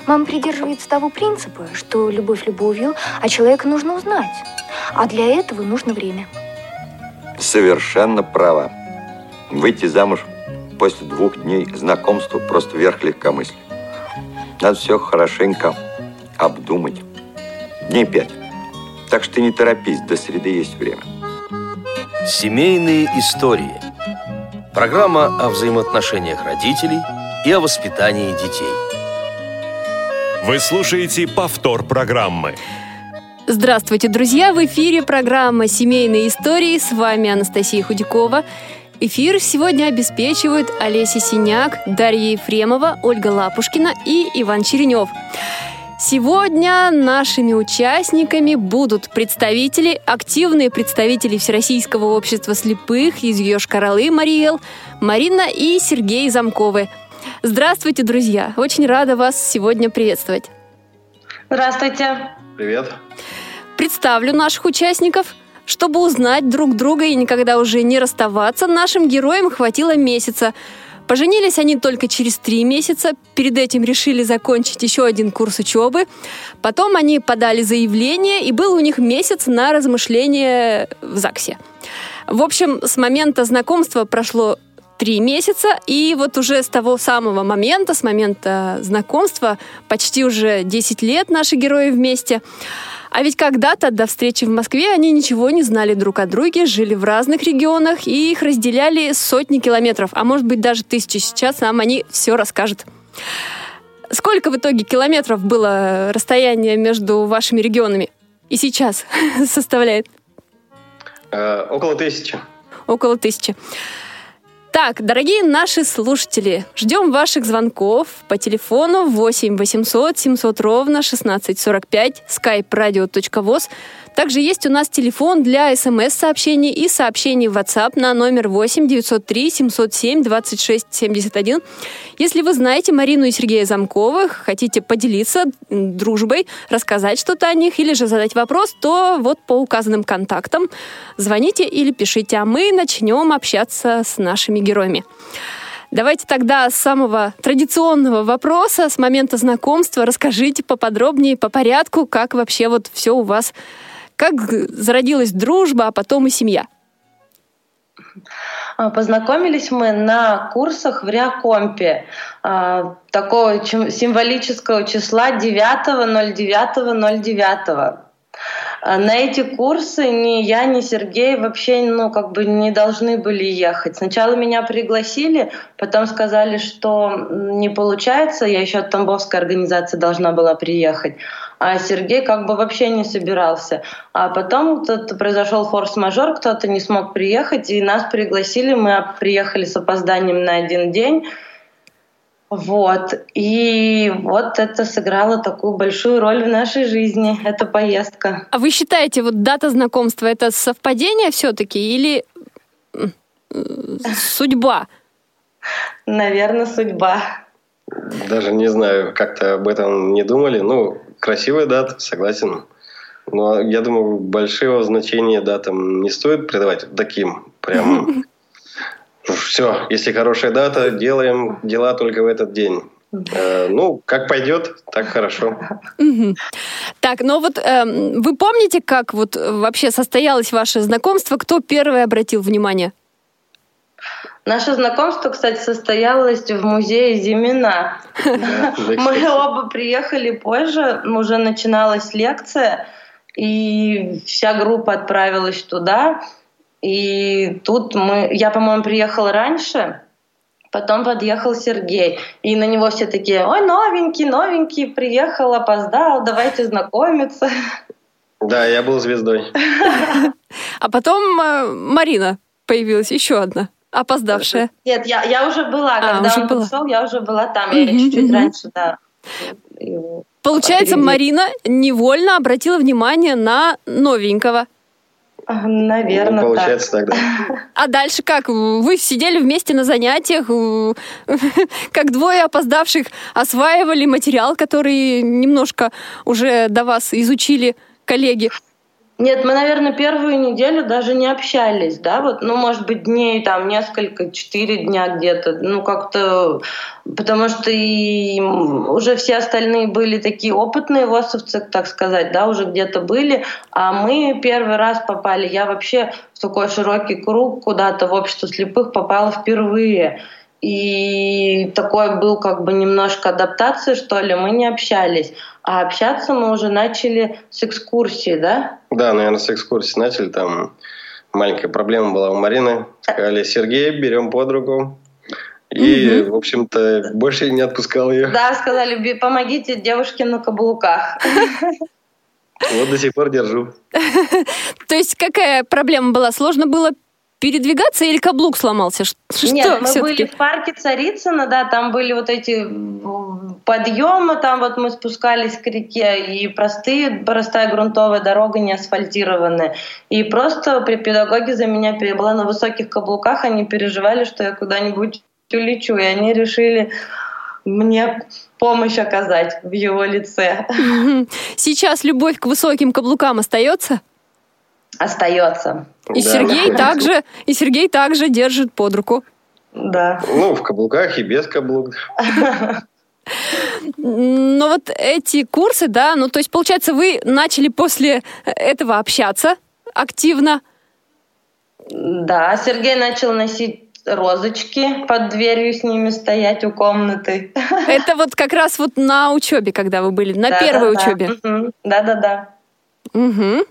Мама придерживается того принципа, что любовь любовью, а человека нужно узнать. А для этого нужно время. Совершенно права. Выйти замуж после 2 дней знакомства просто верх легкомыслия. Надо все хорошенько обдумать. Дней 5. Так что не торопись, до среды есть время. Семейные истории. Программа о взаимоотношениях родителей и о воспитании детей. Вы слушаете повтор программы. Здравствуйте, друзья! В эфире программа «Семейные истории». С вами Анастасия Худякова. Эфир сегодня обеспечивают Олеся Синяк, Дарья Ефремова, Ольга Лапушкина и Иван Черенев. Сегодня нашими участниками будут активные представители Всероссийского общества слепых из Йошкар-Олы Марий Эл, Марина и Сергей Замковы. Здравствуйте, друзья! Очень рада вас сегодня приветствовать. Здравствуйте! Привет! Представлю наших участников. Чтобы узнать друг друга и никогда уже не расставаться, нашим героям хватило месяца. Поженились они только через 3 месяца. Перед этим решили закончить еще один курс учебы. Потом они подали заявление, и был у них месяц на размышление в ЗАГСе. В общем, с момента знакомства прошло 3 месяца, и вот уже с того самого момента, с момента знакомства, почти уже 10 лет наши герои вместе. А ведь когда-то до встречи в Москве они ничего не знали друг о друге, жили в разных регионах, и их разделяли сотни километров, а может быть даже 1000. Сейчас нам они все расскажут. Сколько в итоге километров было расстояние между вашими регионами? И сейчас составляет? Около 1000. Около 1000. Так, дорогие наши слушатели, ждем ваших звонков по телефону 8 800 700 ровно 1645, skype-radio.voz. Также есть у нас телефон для СМС-сообщений и сообщений в WhatsApp на номер 8 903 707 26 71. Если вы знаете Марину и Сергея Замковых, хотите поделиться дружбой, рассказать что-то о них или же задать вопрос, то вот по указанным контактам звоните или пишите, а мы начнем общаться с нашими героями. Давайте тогда с самого традиционного вопроса, с момента знакомства, расскажите поподробнее, по порядку, как вообще вот все у вас, как зародилась дружба, а потом и семья. Познакомились мы на курсах в Реакомпе такого символического числа 9.09.09. На эти курсы ни я, ни Сергей вообще не должны были ехать. Сначала меня пригласили, потом сказали, что не получается, я еще от Тамбовской организации должна была приехать, а Сергей вообще не собирался. А потом произошел форс-мажор, кто-то не смог приехать, и нас пригласили, мы приехали с опозданием на 1 день. И это сыграло такую большую роль в нашей жизни, эта поездка. А вы считаете, дата знакомства — это совпадение все-таки или судьба? Наверное, судьба. Даже не знаю, как-то об этом не думали. Красивая дата, согласен. Но я думаю, большого значения датам не стоит придавать таким прям... Все, если хорошая дата, делаем дела только в этот день. Как пойдет, так хорошо. Так, вы помните, как вообще состоялось ваше знакомство? Кто первый обратил внимание? Наше знакомство, кстати, состоялось в музее Зимина. Мы оба приехали позже, уже начиналась лекция, и вся группа отправилась туда. И тут я, по-моему, приехала раньше, потом подъехал Сергей. И на него все такие: ой, новенький, приехал, опоздал, давайте знакомиться. Да, я был звездой. А потом Марина появилась, еще одна, опоздавшая. Нет, я уже была, когда он пришел, я уже была там, я чуть-чуть раньше, да. Получается, Марина невольно обратила внимание на новенького. Наверное, получается так, да. А дальше как? Вы сидели вместе на занятиях, как двое опоздавших, осваивали материал, который немножко уже до вас изучили коллеги? Нет, мы, наверное, первую неделю даже не общались, да, вот, ну, может быть, дней там несколько, 4 дня где-то, ну, как-то, потому что и уже все остальные были такие опытные ВОСовцы, так сказать, да, уже где-то были, а мы первый раз попали, я вообще в такой широкий круг куда-то в общество слепых попала впервые. И такой был как бы немножко адаптация, что ли, мы не общались. А общаться мы уже начали с экскурсии, да? Да, наверное, с экскурсии начали. Там маленькая проблема была у Марины. Сказали: Сергей, берем под руку. И, в общем-то, больше не отпускал ее. Да, сказали: помогите девушке на каблуках. Вот до сих пор держу. То есть какая проблема была? Сложно было передвигаться или каблук сломался? Нет, мы были в парке Царицына, да, там были вот эти подъемы, там вот мы спускались к реке, и простая грунтовая дорога, не асфальтированная. И просто педагоги за меня была на высоких каблуках, они переживали, что я куда-нибудь улечу, и они решили мне помощь оказать в его лице. Сейчас любовь к высоким каблукам остается? Остается. И Сергей также держит под руку. Да. Ну, в каблуках и без каблук. Но вот эти курсы, да, ну, то есть, получается, вы начали после этого общаться активно? Да, Сергей начал носить розочки под дверью, с ними стоять у комнаты. Это вот как раз вот на учебе, когда вы были, на первой учебе? Да. Угу.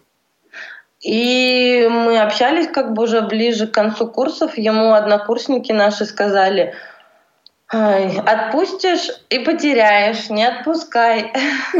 И мы общались как бы уже ближе к концу курсов. Ему однокурсники наши сказали: отпустишь и потеряешь, не отпускай.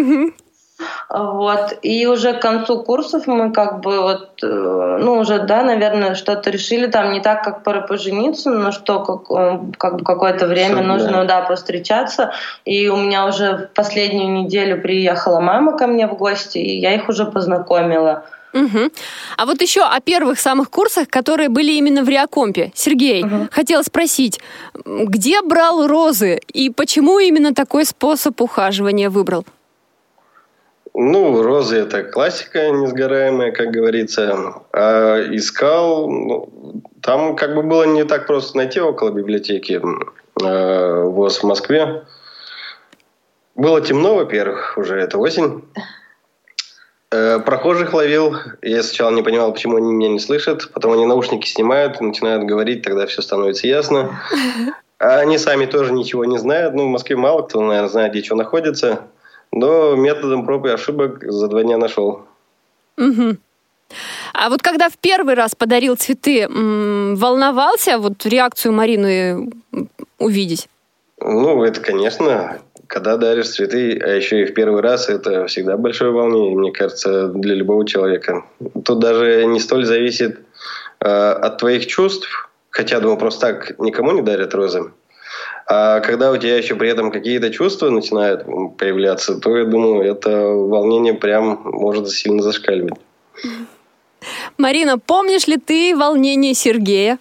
Вот. И уже к концу курсов мы как бы вот, ну уже, да, наверное, что-то решили там не так, как пора пожениться, но что как бы какое-то время нужно, да, повстречаться. И у меня уже в последнюю неделю приехала мама ко мне в гости, и я их уже познакомила. Угу. А вот еще о первых самых курсах, которые были именно в Реакомпе. Сергей, хотела спросить, где брал розы и почему именно такой способ ухаживания выбрал? Ну, розы — это классика несгораемая, как говорится. А искал, там как бы было не так просто найти около библиотеки ВОС в Москве. Было темно, во-первых, уже это осень. Прохожих ловил. Я сначала не понимал, почему они меня не слышат. Потом они наушники снимают, начинают говорить, тогда все становится ясно. А они сами тоже ничего не знают. Ну, в Москве мало кто, наверное, знает, где что находится. Но методом проб и ошибок за 2 дня нашел. Угу. А вот когда в первый раз подарил цветы, волновался вот реакцию Марины увидеть? Ну, это, конечно... Когда даришь цветы, а еще и в первый раз, это всегда большое волнение, мне кажется, для любого человека. Тут даже не столь зависит от твоих чувств, хотя, думаю, просто так никому не дарят розы. А когда у тебя еще при этом какие-то чувства начинают появляться, то, я думаю, это волнение прям может сильно зашкаливать. Марина, помнишь ли ты волнение Сергея?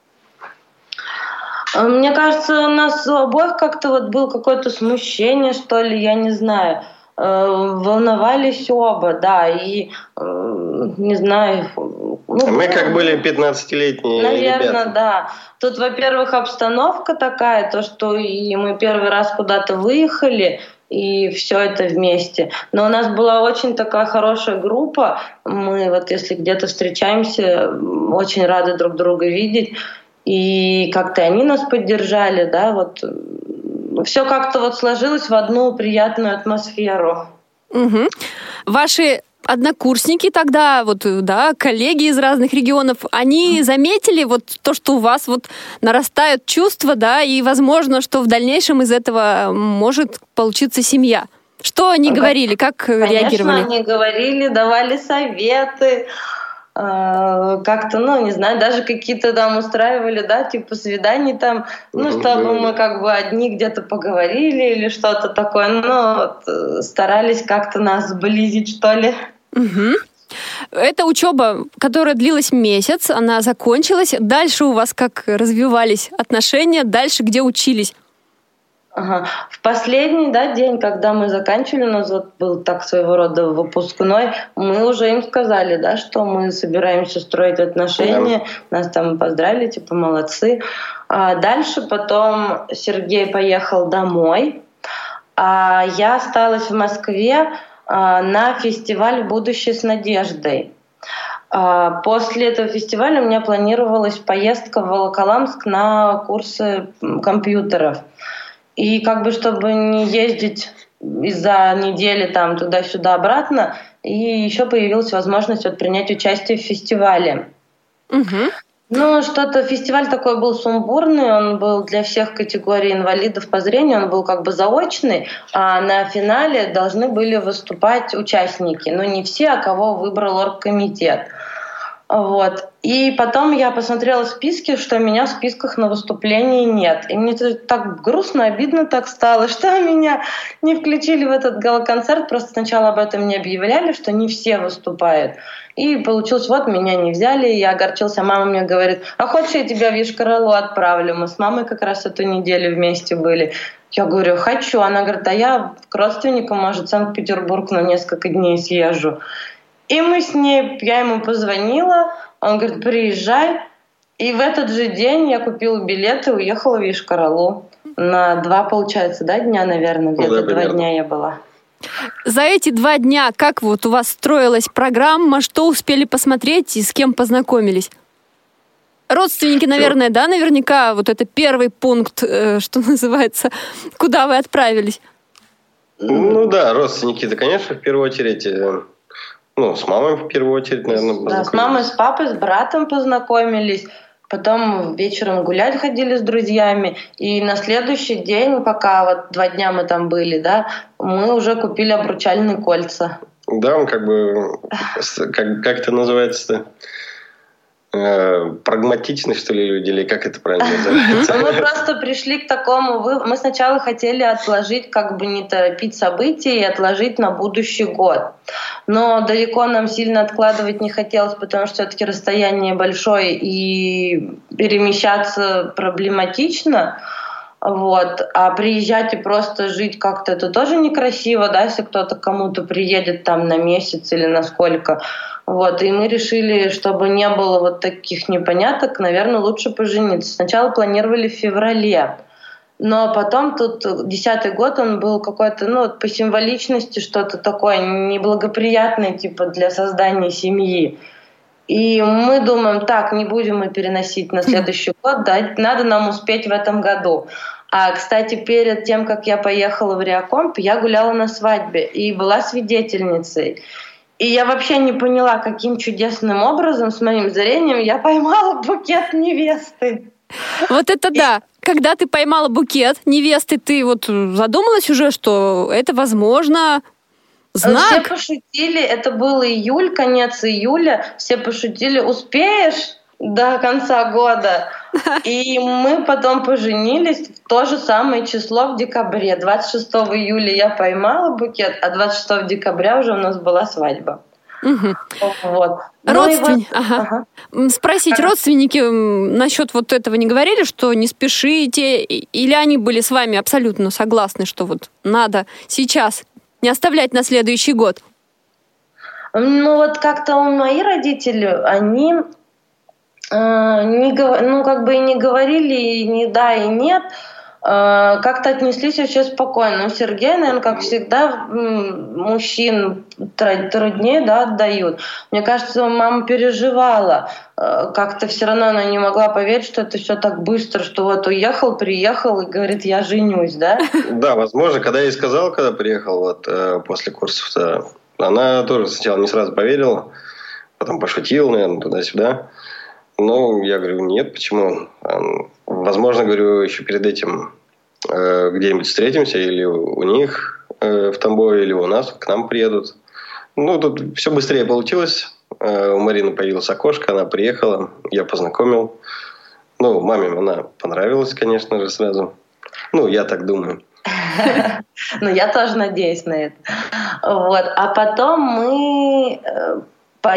Мне кажется, у нас у обоих как-то вот было какое-то смущение, что ли, я не знаю. Волновались оба, да, и не знаю. Мы как были 15-летние наверное, ребята. Да. Тут, во-первых, обстановка такая, то, что и мы первый раз куда-то выехали, и все это вместе. Но у нас была очень такая хорошая группа. Мы вот если где-то встречаемся, очень рады друг друга видеть. И как-то они нас поддержали, да, вот все как-то вот сложилось в одну приятную атмосферу. Угу. Ваши однокурсники тогда, вот, да, коллеги из разных регионов, они заметили вот то, что у вас вот нарастают чувства, да, и возможно, что в дальнейшем из этого может получиться семья. Что они говорили, как реагировали? Конечно, они говорили, давали советы. Как-то, не знаю, даже какие-то там устраивали, да, типа свиданий там, чтобы мы как бы одни где-то поговорили или что-то такое, старались как-то нас сблизить, что ли. Угу. Это учеба, которая длилась месяц, она закончилась. Дальше у вас как развивались отношения? Дальше где учились? Ага. В последний день, когда мы заканчивали, у нас был так своего рода выпускной, мы уже им сказали, что мы собираемся строить отношения, нас там поздравили, типа молодцы. А дальше потом Сергей поехал домой, а я осталась в Москве на фестиваль «Будущее с надеждой». После этого фестиваля у меня планировалась поездка в Волоколамск на курсы компьютеров. И чтобы не ездить из-за недели там туда-сюда обратно, и еще появилась возможность принять участие в фестивале. Угу. Что-то фестиваль такой был сумбурный, он был для всех категорий инвалидов по зрению, он был заочный, а на финале должны были выступать участники. Не все, а кого выбрал оргкомитет. И потом я посмотрела списки, что меня в списках на выступлении нет. И мне так грустно, обидно так стало, что меня не включили в этот гала-концерт. Просто сначала об этом не объявляли, что не все выступают. И получилось, меня не взяли, я огорчилась. Мама мне говорит: а хочешь, я тебя в Йошкар-Олу отправлю? Мы с мамой как раз эту неделю вместе были. Я говорю: хочу. Она говорит: а я к родственникам, может, в Санкт-Петербург на несколько дней съезжу. И мы с ней, я ему позвонила, он говорит: приезжай. И в этот же день я купила билеты и уехала в Йошкар-Олу. На 2, получается, дня, наверное, где-то 2 дня я была. За эти 2 дня как у вас строилась программа, что успели посмотреть и с кем познакомились? Родственники, наверное, наверняка это первый пункт, что называется, куда вы отправились? Родственники-то, конечно, в первую очередь... с мамой в первую очередь, наверное. Да, с мамой, с папой, с братом познакомились. Потом вечером гулять ходили с друзьями. И на следующий день, пока 2 дня мы там были, мы уже купили обручальные кольца. Да, он как это называется-то? Прагматичны, что ли, люди, или как это правильно называется? Мы просто пришли к такому... Мы сначала хотели отложить, не торопить события и отложить на будущий год. Но далеко нам сильно откладывать не хотелось, потому что все-таки расстояние большое и перемещаться проблематично. А приезжать и просто жить как-то это тоже некрасиво, если кто-то кому-то приедет там на месяц или на сколько. И мы решили, чтобы не было таких непоняток, наверное, лучше пожениться. Сначала планировали в феврале, но потом тут 10-й год, он был какой-то, по символичности что-то такое неблагоприятное, для создания семьи. И мы думаем: не будем мы переносить на следующий год, надо нам успеть в этом году. А, кстати, перед тем, как я поехала в Реакомп, я гуляла на свадьбе и была свидетельницей. И я вообще не поняла, каким чудесным образом с моим зрением я поймала букет невесты. Это да. Когда ты поймала букет невесты, ты задумалась уже, что это возможно... Знак? Все пошутили, это был июль, конец июля, все пошутили: успеешь до конца года? И мы потом поженились в то же самое число в декабре. 26 июля я поймала букет, а 26 декабря уже у нас была свадьба. Угу. Спросить, родственники насчет этого не говорили, что не спешите? Или они были с вами абсолютно согласны, что надо сейчас не оставлять на следующий год? Как-то мои родители, они не говорили ни да, и нет, как-то отнеслись вообще спокойно. Сергей, наверное, как всегда, мужчин труднее отдают. Мне кажется, мама переживала. Как-то все равно она не могла поверить, что это все так быстро, что уехал, приехал и говорит: я женюсь, да? Да, возможно, когда я ей сказал, когда приехал после курсов, она тоже сначала не сразу поверила, потом пошутила, наверное, туда-сюда. Но я говорю: нет, почему? Возможно, говорю, еще перед этим где-нибудь встретимся, или у них в Тамбове, или у нас к нам приедут. Тут все быстрее получилось. У Марины появилось окошко, она приехала, я познакомил. Маме она понравилась, конечно же, сразу. Я так думаю. Я тоже надеюсь на это. А потом мы...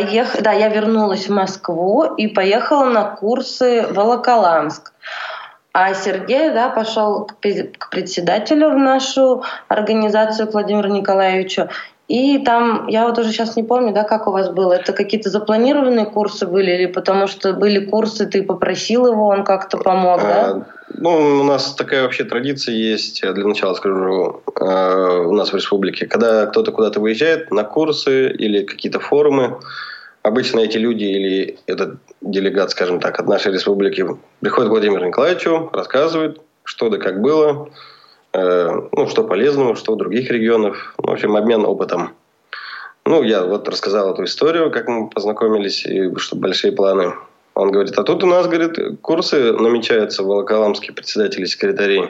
я вернулась в Москву и поехала на курсы в Волоколамск. А Сергей, да, пошел к председателю в нашу организацию, к Владимиру Николаевичу. И там, я вот уже сейчас не помню, да, как у вас было. Это какие-то запланированные курсы были или потому что были курсы, ты попросил его, он как-то помог, да? Ну, у нас такая вообще традиция есть, я для начала скажу, у нас в республике. Когда кто-то куда-то выезжает на курсы или какие-то форумы, обычно эти люди или этот делегат, скажем так, от нашей республики приходит к Владимиру Николаевичу, рассказывает, что да как было, ну, что полезного, что в других регионах. В общем, обмен опытом. Ну, я вот рассказал эту историю, как мы познакомились, и что большие планы. Он говорит, а тут у нас, говорит, курсы намечаются в Волоколамске, председатели и секретари.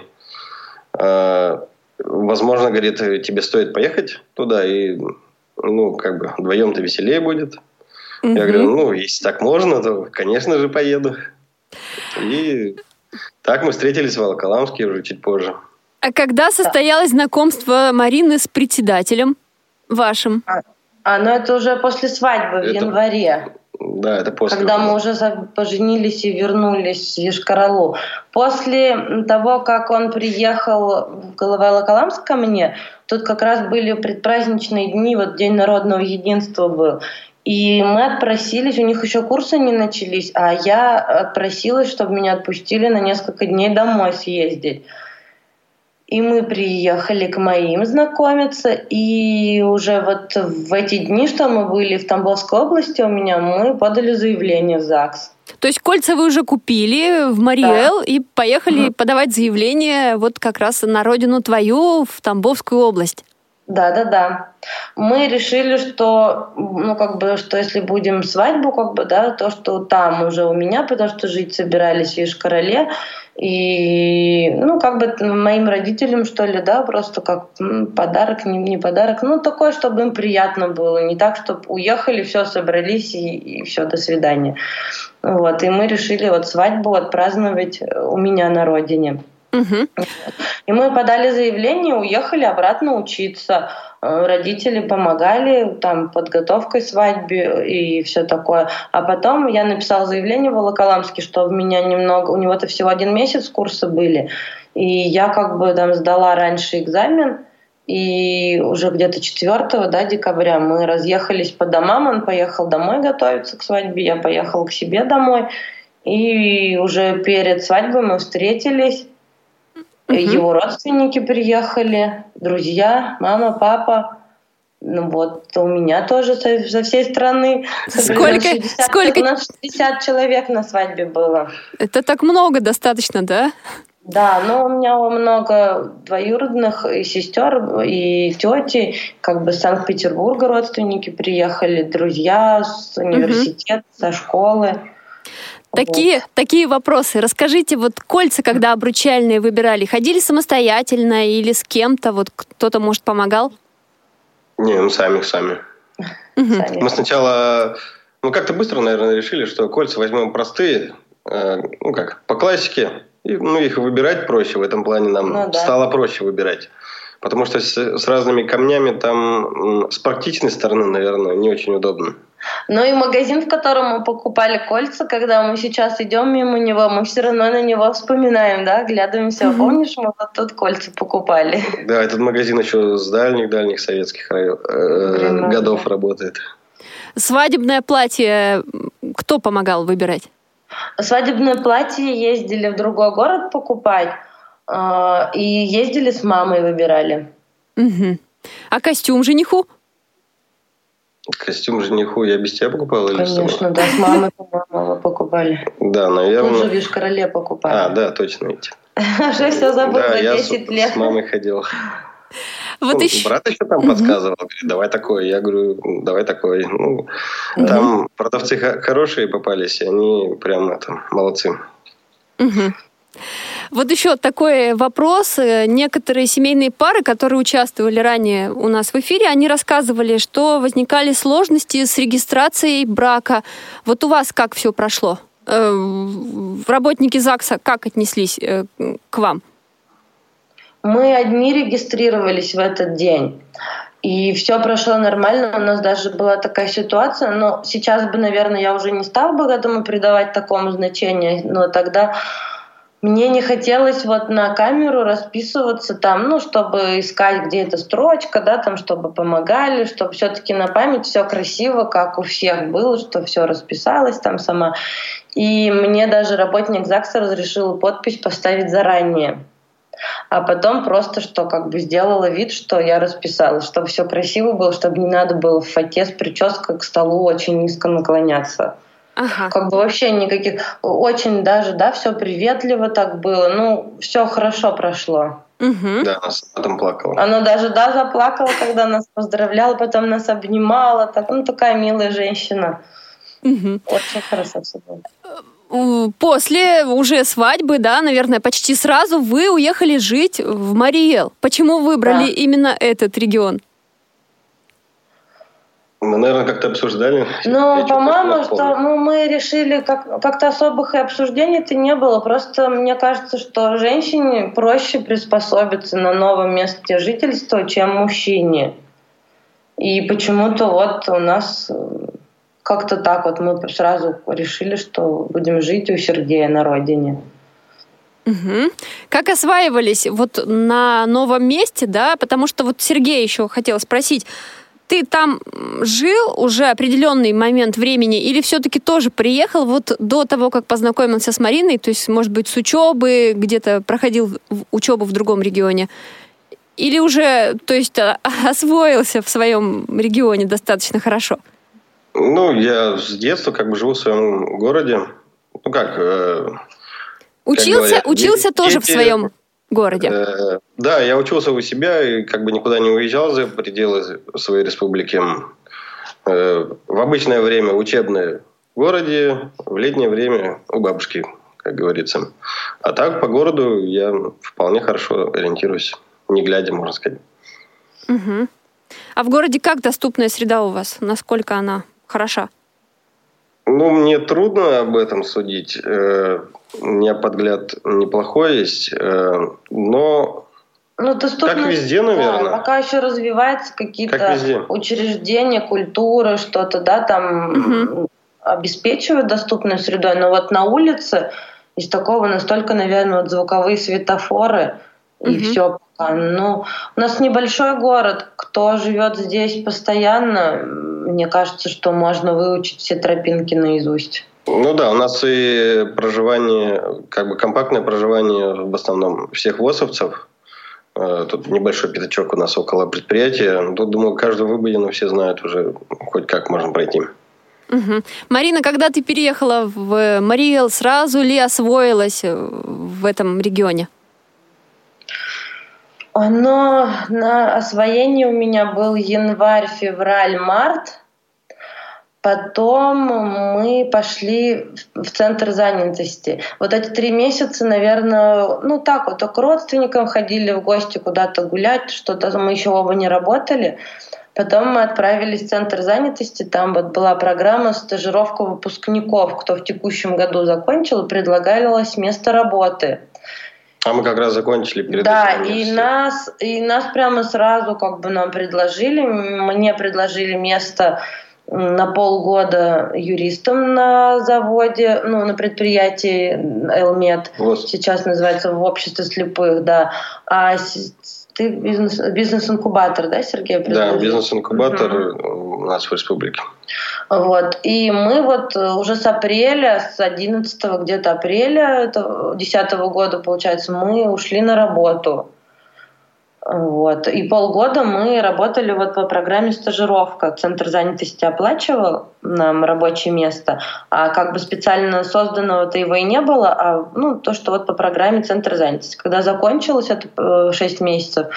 Возможно, говорит, тебе стоит поехать туда, и, ну, как бы вдвоем-то веселее будет. Я говорю, ну, если так можно, то, конечно же, поеду. И так мы встретились в Волоколамске уже чуть позже. А когда состоялось знакомство Марины с председателем вашим? Ну это уже после свадьбы в январе. Да, это после. Когда мы уже поженились и вернулись в Йошкар-Олу. После того, как он приехал в Волоколамск ко мне, тут как раз были предпраздничные дни, вот День народного единства был. И мы отпросились, у них еще курсы не начались, а я отпросилась, чтобы меня отпустили на несколько дней домой съездить. И мы приехали к моим знакомиться, и уже вот в эти дни, что мы были в Тамбовской области у меня, мы подали заявление в ЗАГС. То есть кольца вы уже купили в Марий-Эл и поехали подавать заявление вот как раз на родину твою, в Тамбовскую область. Да. Мы решили, что, ну, как бы, что если будем свадьбу, как бы, да, то, что там уже у меня, потому что жить собирались в Йошкар-Оле, и, ну, как бы моим родителям, что ли, да, просто как подарок, не подарок, ну, такое, чтобы им приятно было, не так, чтобы уехали, все, собрались, и все, до свидания. Вот, и мы решили вот свадьбу отпраздновать у меня на родине. И мы подали заявление, уехали обратно учиться. Родители помогали там подготовкой к свадьбе и все такое. А потом я написала заявление в Волоколамске, что в меня немного, у него-то всего 1 месяц курсы были. И я как бы там сдала раньше экзамен, и уже где-то 4 декабря мы разъехались по домам. Он поехал домой готовиться к свадьбе, я поехала к себе домой. И уже перед свадьбой мы встретились. Его родственники приехали, друзья, мама, папа. Ну вот, у меня тоже со всей страны. Сколько? У нас 60 человек на свадьбе было. Это так много достаточно, да? Да, но у меня много двоюродных и сестер, и тети, как бы с Санкт-Петербурга родственники приехали, друзья с университета, со школы. Такие вопросы. Расскажите, вот кольца, когда обручальные выбирали, ходили самостоятельно или с кем-то? Вот кто-то, может, помогал? Не, мы сами. Мы сначала, как-то быстро, наверное, решили, что кольца возьмем простые, по классике. И, их выбирать проще. В этом плане нам стало проще выбирать. Потому что с разными камнями там с практичной стороны, наверное, не очень удобно. Ну и магазин, в котором мы покупали кольца, когда мы сейчас идем мимо него, мы все равно на него вспоминаем, да, оглядываемся. Помнишь, мы вот тут кольца покупали? Да, этот магазин еще с дальних советских годов работает. Свадебное платье кто помогал выбирать? Свадебное платье ездили в другой город покупать, и ездили с мамой, выбирали. А костюм жениху? Костюм жениху я без тебя покупала? Конечно, да, с мамой, по-моему, покупали. Да, наверное. Тоже в Йошкар-Оле покупали. Да, точно. Уже все забыл за 10 лет. Я с мамой ходил. Вот еще. Брат еще там подсказывал, говорит, давай такой. Я говорю, давай такой. Там продавцы хорошие попались, и они прям молодцы. Вот еще такой вопрос. Некоторые семейные пары, которые участвовали ранее у нас в эфире, они рассказывали, что возникали сложности с регистрацией брака. Вот у вас как все прошло? Работники ЗАГСа как отнеслись к вам? Мы одни регистрировались в этот день. И все прошло нормально. У нас даже была такая ситуация. Но сейчас бы, наверное, я уже не стала бы этому придавать такому значению. Но тогда мне не хотелось вот на камеру расписываться там, ну, чтобы искать, где эта строчка, да, там, чтобы помогали, чтобы все-таки на память все красиво, как у всех было, что все расписалось там сама. И мне даже работник ЗАГСа разрешил подпись поставить заранее. А потом просто, что как бы сделала вид, что я расписалась, чтобы все красиво было, чтобы не надо было в фате с прической к столу очень низко наклоняться. Ага. Как бы вообще никаких... Очень даже, да, все приветливо так было. Ну, все хорошо прошло. Угу. Да, она сама там плакала. Она даже, да, заплакала, когда нас поздравляла, потом нас обнимала. Так, ну, такая милая женщина. Угу. Очень хорошо все было. После уже свадьбы, да, наверное, почти сразу вы уехали жить в Мариэл. Почему выбрали именно этот регион? Мы, наверное, как-то обсуждали. Ну, по-моему, что мы решили, как-то особых и обсуждений-то не было. Просто мне кажется, что женщине проще приспособиться на новом месте жительства, чем мужчине. И почему-то вот у нас как-то так вот мы сразу решили, что будем жить у Сергея на родине. Угу. Как осваивались вот на новом месте, да? Потому что вот Сергей еще хотел спросить, ты там жил уже определенный момент времени или все-таки тоже приехал вот до того, как познакомился с Мариной, то есть, может быть, с учебы, где-то проходил учебу в другом регионе? Или уже, то есть, освоился в своем регионе достаточно хорошо? Ну, я с детства как бы живу в своем городе. Ну, как... Учился тоже в своем городе? Да, я учился у себя и как бы никуда не уезжал за пределы своей республики. В обычное время учебное в городе, в летнее время у бабушки, как говорится. А так по городу я вполне хорошо ориентируюсь, не глядя, можно сказать. Угу. А в городе как доступная среда у вас? Насколько она хороша? Ну, мне трудно об этом судить. У меня подгляд неплохой есть, но как везде, наверное. Да, пока еще развиваются какие-то учреждения, культура, что-то, да, там обеспечивают доступной средой, но вот на улице из такого настолько, наверное, вот звуковые светофоры и все. Ну, у нас небольшой город, кто живет здесь постоянно, мне кажется, что можно выучить все тропинки наизусть. Ну да, у нас и проживание, как бы компактное проживание в основном всех ВОСовцев. Тут небольшой пятачок у нас около предприятия. Тут, думаю, каждую выбоину все знают уже, хоть как можно пройти. Угу. Марина, когда ты переехала в Мариэл, сразу ли освоилась в этом регионе? Но на освоение у меня был январь, февраль, март. Потом мы пошли в центр занятости. Вот эти 3 месяца, наверное, ну так вот, к родственникам ходили в гости, куда-то гулять, что-то мы еще оба не работали. Потом мы отправились в центр занятости, там вот была программа стажировка выпускников, кто в текущем году закончил, и предлагалось место работы. А мы как раз закончили перед этим. Да, и нас прямо сразу как бы нам предложили, мне предложили место на полгода юристом на заводе, ну, на предприятии Элмет, сейчас называется в обществе слепых, да. А ты бизнес-инкубатор, да, Сергей? Да, бизнес-инкубатор у нас в республике. Вот. И мы вот уже с апреля, с 11 где-то апреля 2010 года, получается, мы ушли на работу. Вот. И полгода мы работали вот по программе стажировка. Центр занятости оплачивал нам рабочее место, а как бы специально созданного-то его и не было, а ну, то, что вот по программе Центр занятости. Когда закончилось это 6 месяцев,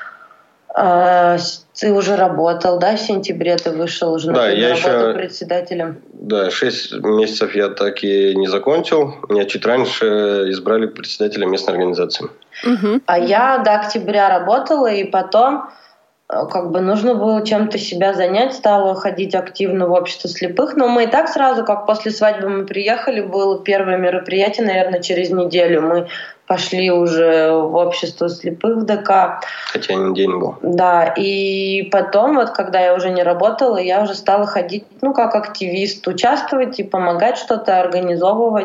ты уже работал, да, в сентябре ты вышел уже на работу председателем? Да, 6 месяцев я так и не закончил. Меня чуть раньше избрали председателем местной организации. Угу. А я до октября работала, и потом как бы нужно было чем-то себя занять, стала ходить активно в общество слепых. Но мы и так сразу, как после свадьбы мы приехали, было первое мероприятие, наверное, через неделю. Мы пошли уже в общество слепых в ДК. Хотя не день был. Да, и потом, вот когда я уже не работала, я уже стала ходить, ну, как активист, участвовать и помогать что-то организовывать.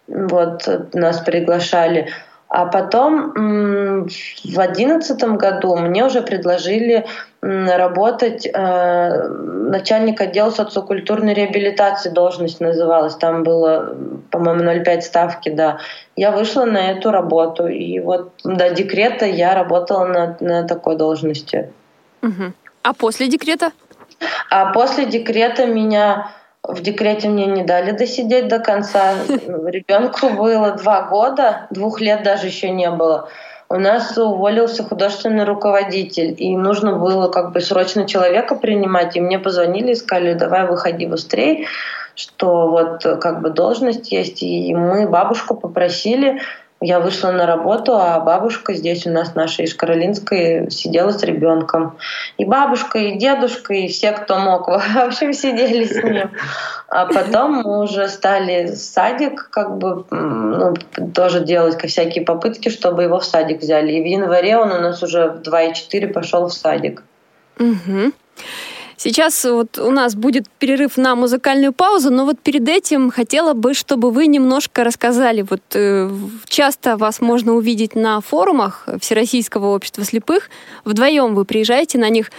Вот нас приглашали. А потом в 2011 году мне уже предложили работать начальник отдела социокультурной реабилитации, должность называлась. Там было, по-моему, 0,5 ставки, да. Я вышла на эту работу. И вот до декрета я работала на такой должности. Угу. А после декрета? А после декрета в декрете мне не дали досидеть до конца. Ребенку было 2 года, 2 лет даже еще не было. У нас уволился художественный руководитель, и нужно было срочно человека принимать. И мне позвонили и сказали: давай выходи быстрее, что вот должность есть. И мы бабушку попросили. Я вышла на работу, а бабушка здесь у нас, наша из Каролинской, сидела с ребенком. И бабушка, и дедушка, и все, кто мог, в общем, сидели с ним. А потом мы уже стали садик, тоже делать всякие попытки, чтобы его в садик взяли. И в январе он у нас уже в 2,4 пошел в садик. Угу. Сейчас вот у нас будет перерыв на музыкальную паузу, но вот перед этим хотела бы, чтобы вы немножко рассказали. Вот часто вас можно увидеть на форумах Всероссийского общества слепых. Вдвоем вы приезжаете на них.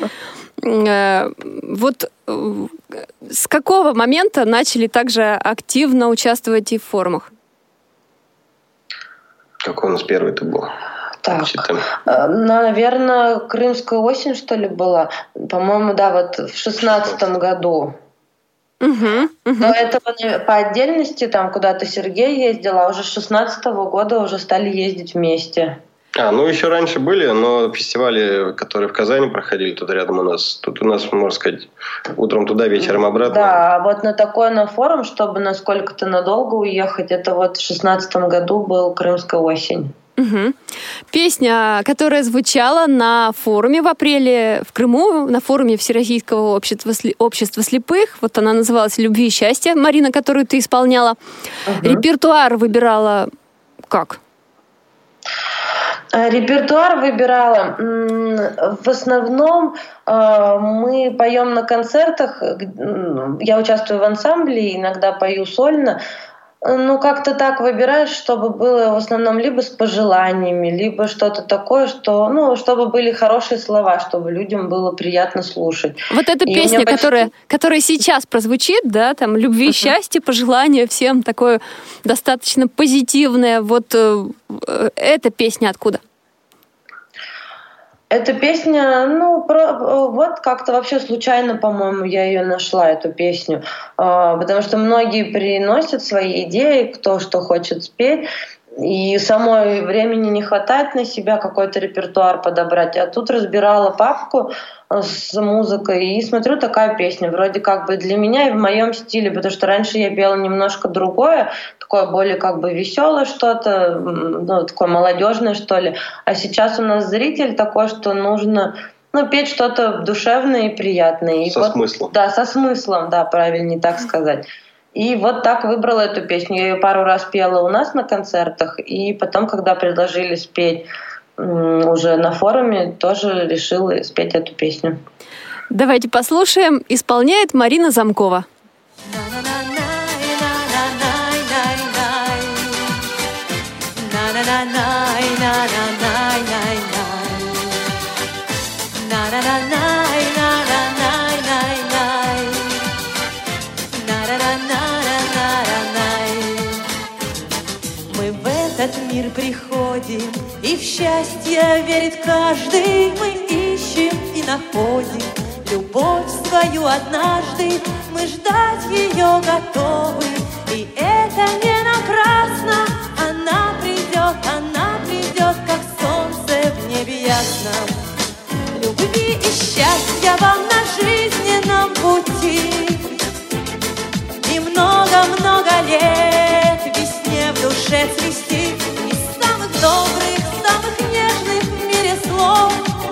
Вот с какого момента начали также активно участвовать и в форумах? Какой у нас первый-то был? Так, наверное, Крымская осень, что ли, была. По-моему, да, вот в 16-м году. До этого по отдельности там куда-то Сергей ездил, а уже с 16-го года уже стали ездить вместе. Еще раньше были, но фестивали, которые в Казани проходили, тут рядом у нас. Тут у нас, можно сказать, утром туда, вечером обратно. Да, а вот на форум, чтобы на сколько-то надолго уехать, это вот в 16-м году был Крымская осень. Угу. Песня, которая звучала на форуме в апреле в Крыму, на форуме Всероссийского общества слепых, вот она называлась «Любви и счастья», Марина, которую ты исполняла. Репертуар выбирала как? Репертуар выбирала. В основном мы поем на концертах. Я участвую в ансамбле, иногда пою сольно. Как-то так выбираешь, чтобы было в основном либо с пожеланиями, либо что-то такое, чтобы были хорошие слова, чтобы людям было приятно слушать. Вот эта песня, которая сейчас прозвучит, да, там «Любви, счастья», пожелания всем, такое достаточно позитивное. Вот эта песня откуда? Эта песня, вот как-то вообще случайно, по-моему, я ее нашла, эту песню. Потому что многие приносят свои идеи, кто что хочет спеть. И самой времени не хватает на себя какой-то репертуар подобрать. А тут разбирала папку с музыкой и смотрю, такая песня. Вроде для меня и в моем стиле, потому что раньше я пела немножко другое, такое более веселое что-то, такое молодежное, что ли. А сейчас у нас зритель такой, что нужно петь что-то душевное и приятное. И со смыслом. Да, со смыслом, да, правильнее так сказать. И вот так выбрала эту песню. Я ее пару раз пела у нас на концертах, и потом, когда предложили спеть уже на форуме, тоже решила спеть эту песню. Давайте послушаем. Исполняет Марина Замкова. Мир приходим, и в счастье верит каждый. Мы ищем и находим любовь свою однажды. Мы ждать ее готовы, и это не напрасно. Она придет, как солнце в небе ясном. Любви и счастья вам на жизненном пути, и много-много лет весне в душе цвести. Добрых, самых нежных в мире слов.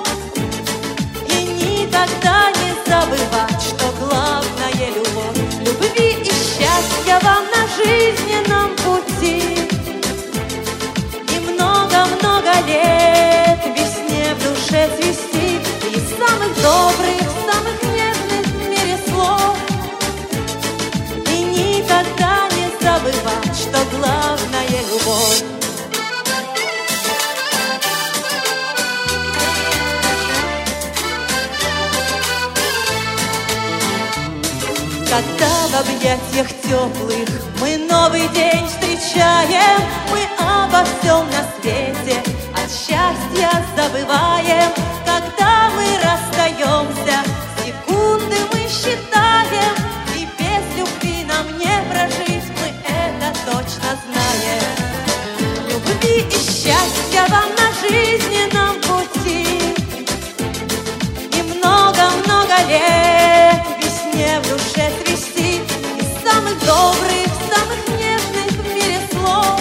И никогда не забывать, что главное — любовь. Любви и счастья вам на жизненном пути, и много-много лет весне в душе цвести. И самых добрых, самых нежных в мире слов. И никогда не забывать, что главное Когда в объятиях теплых мы новый день встречаем, мы обо всем на свете от счастья забываем. Когда мы расстаемся, секунды мы считаем, и без любви нам не прожить, мы это точно знаем. Любви и счастья вам на жизненном пути, и много-много лет весне в душе цвести, из самых добрых, самых нежных в мире слов.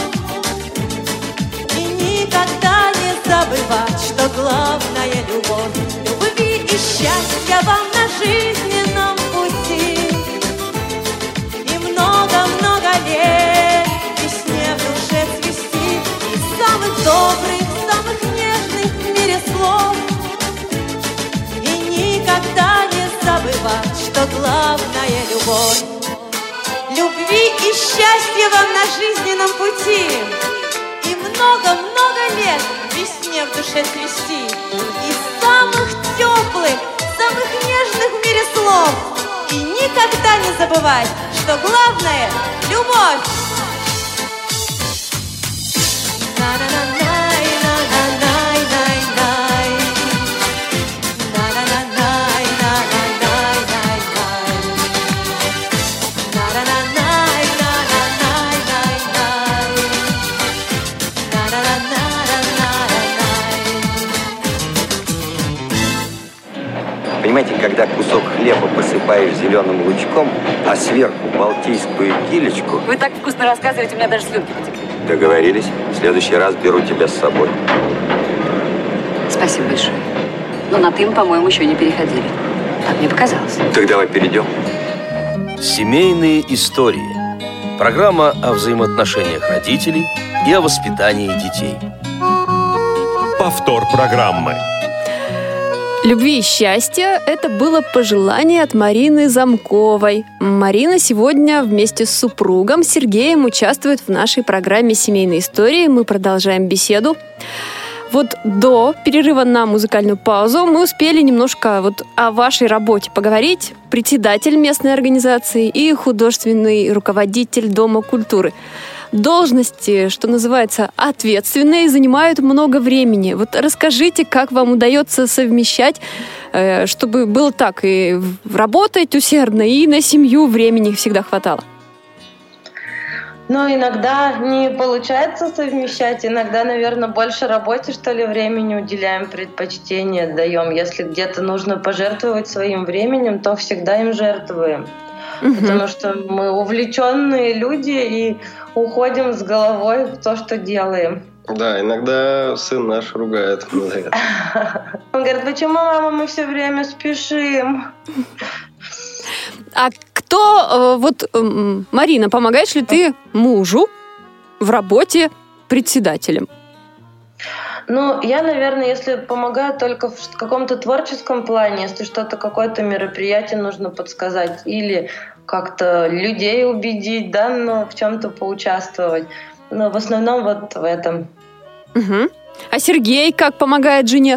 И никогда не забывать, что главное — любовь. Любви и счастья вам на жизненном пути, и много-много лет весне в душе цвести, из самых добрых, самых нежных в мире слов. И никогда не забывать, что главное — любовь. Любви и счастья вам на жизненном пути, и много-много лет весне в душе цвести, из самых теплых, самых нежных в мире слов. И никогда не забывать, что главное — любовь. Понимаете, когда кусок хлеба посыпаешь зеленым лучком, а сверху балтийскую килечку... Вы так вкусно рассказываете, у меня даже слюнки потекли. Договорились. В следующий раз беру тебя с собой. Спасибо большое. Но на «ты» мы, по-моему, еще не переходили. Так мне показалось. Так давай перейдем. Семейные истории. Программа о взаимоотношениях родителей и о воспитании детей. Повтор программы. Любви и счастья – это было пожелание от Марины Замковой. Марина сегодня вместе с супругом Сергеем участвует в нашей программе «Семейные истории». Мы продолжаем беседу. Вот до перерыва на музыкальную паузу мы успели немножко вот о вашей работе поговорить. Председатель местной организации и художественный руководитель Дома культуры. Должности, что называется, ответственные, занимают много времени. Вот расскажите, как вам удается совмещать, чтобы было так и работать усердно, и на семью времени всегда хватало? Ну, иногда не получается совмещать, иногда, наверное, больше работе, что ли, времени уделяем, предпочтение даем. Если где-то нужно пожертвовать своим временем, то всегда им жертвуем. Потому что мы увлеченные люди и уходим с головой в то, что делаем. Да, иногда сын наш ругает за это. Он говорит: почему, мама, мы все время спешим? А кто, вот, Марина, помогаешь ли ты мужу в работе председателем? Ну, я, наверное, если помогаю только в каком-то творческом плане, если что-то, какое-то мероприятие нужно подсказать или как-то людей убедить, да, ну, в чем-то поучаствовать. Но в основном вот в этом. Угу. А Сергей как помогает жене?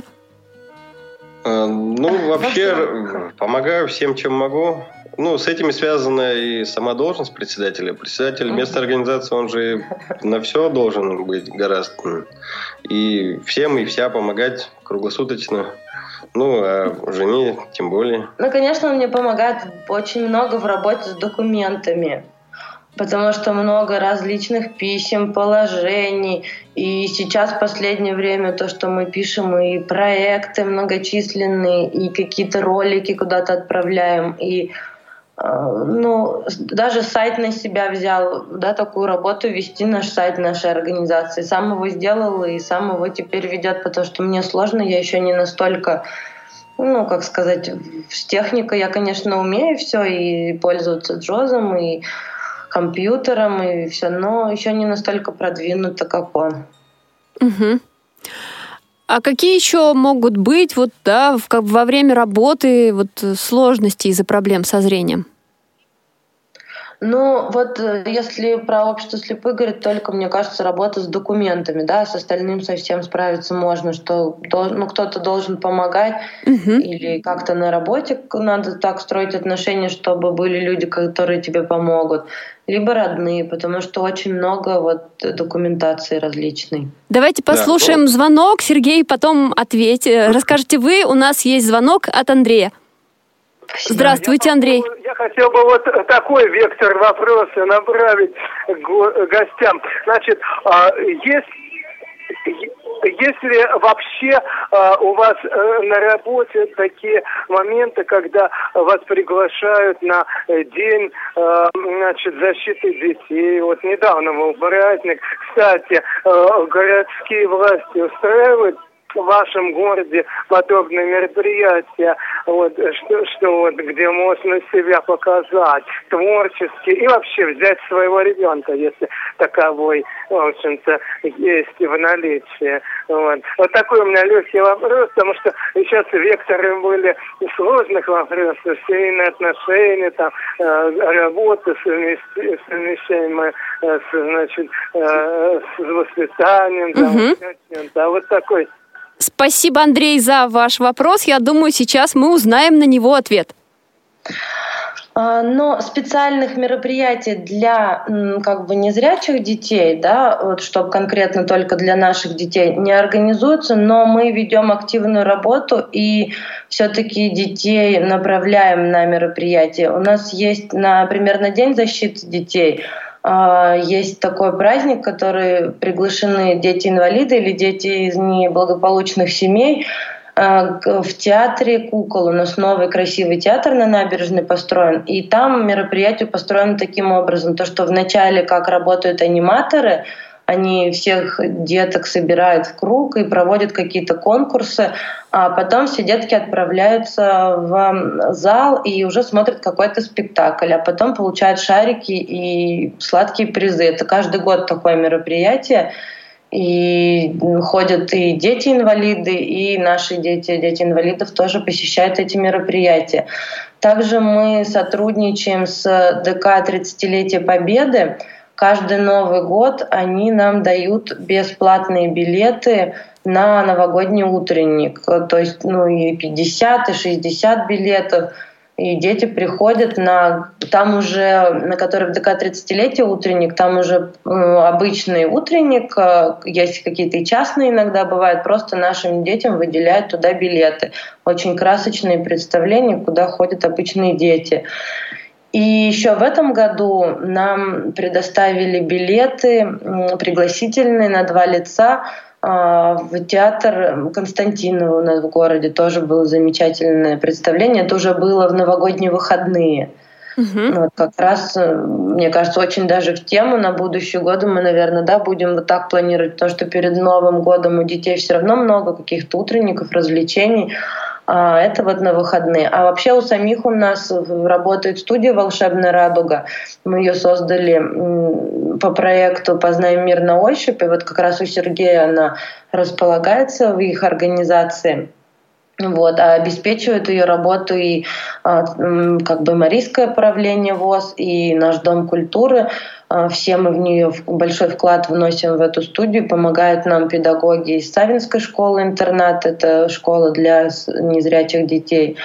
Ну, вообще, помогаю всем, чем могу. Ну, с этим связана и сама должность председателя. Председатель местной организации, он же на все должен быть гораздо. И всем и вся помогать круглосуточно. Ну, а жене тем более. Ну, конечно, он мне помогает очень много в работе с документами. Потому что много различных писем, положений. И сейчас в последнее время то, что мы пишем, и проекты многочисленные, и какие-то ролики куда-то отправляем, и ну, даже сайт на себя взял, да, такую работу вести, наш сайт нашей организации. Сам его сделал и сам его теперь ведет, потому что мне сложно, я еще не настолько, ну, как сказать, с техникой я, конечно, умею все, и пользоваться джозом, и компьютером, и все, но еще не настолько продвинуто, как он. Угу. А какие еще могут быть вот, да, во время работы вот, сложности из-за проблем со зрением? Ну, вот если про общество слепых говорить, только, мне кажется, работа с документами, да, с остальным совсем справиться можно, что кто-то должен помогать, или как-то на работе надо так строить отношения, чтобы были люди, которые тебе помогут, либо родные, потому что очень много вот документации различной. Давайте послушаем звонок, Сергей, потом ответьте. Расскажите вы, у нас есть звонок от Андрея. Здравствуйте, Андрей. Я хотел бы вот такой вектор вопроса направить к гостям. Значит, если вообще у вас на работе такие моменты, когда вас приглашают на день, защиты детей. Вот недавно был праздник. Кстати, городские власти устраивают в вашем городе подобные мероприятия, где можно себя показать творчески и вообще взять своего ребенка, если таковой, в общем-то, есть в наличии. Вот такой у меня легкий вопрос, потому что сейчас векторы были сложных вопросов, семейные отношения, там, работа совмещаемая с воспитанием, вот такой. Спасибо, Андрей, за ваш вопрос. Я думаю, сейчас мы узнаем на него ответ. Но специальных мероприятий для незрячих детей, да, вот, чтобы конкретно только для наших детей, не организуются, но мы ведем активную работу и все-таки детей направляем на мероприятия. У нас есть, например, на День защиты детей есть такой праздник, в который приглашены дети-инвалиды или дети из неблагополучных семей в театре «Кукол». У нас новый красивый театр на набережной построен. И там мероприятие построено таким образом, то, что вначале, как работают аниматоры, они всех деток собирают в круг и проводят какие-то конкурсы, а потом все детки отправляются в зал и уже смотрят какой-то спектакль, а потом получают шарики и сладкие призы. Это каждый год такое мероприятие. И ходят и дети-инвалиды, и наши дети инвалидов тоже посещают эти мероприятия. Также мы сотрудничаем с ДК 30-летия Победы. Каждый Новый год они нам дают бесплатные билеты на новогодний утренник. То есть и 50, и 60 билетов. И дети приходят там уже, на который в ДК 30-летия утренник, там уже обычный утренник, есть какие-то и частные иногда бывают, просто нашим детям выделяют туда билеты. Очень красочные представления, куда ходят обычные дети. И еще в этом году нам предоставили билеты пригласительные на 2 лица в театр Константинова у нас в городе. Тоже было замечательное представление. Это уже было в новогодние выходные. Вот как раз, мне кажется, очень даже в тему на будущие годы мы, наверное, будем вот так планировать, потому что перед Новым годом у детей все равно много каких-то утренников, развлечений. Это вот на выходные. А вообще у самих у нас работает студия «Волшебная радуга». Мы ее создали по проекту «Познаем мир на ощупь». И вот как раз у Сергея она располагается в их организации. А обеспечивает ее работу и Марийское правление ВОС, и наш Дом культуры. Все мы в нее большой вклад вносим в эту студию. Помогают нам педагоги из Савинской школы-интернат. Это школа для незрячих детей.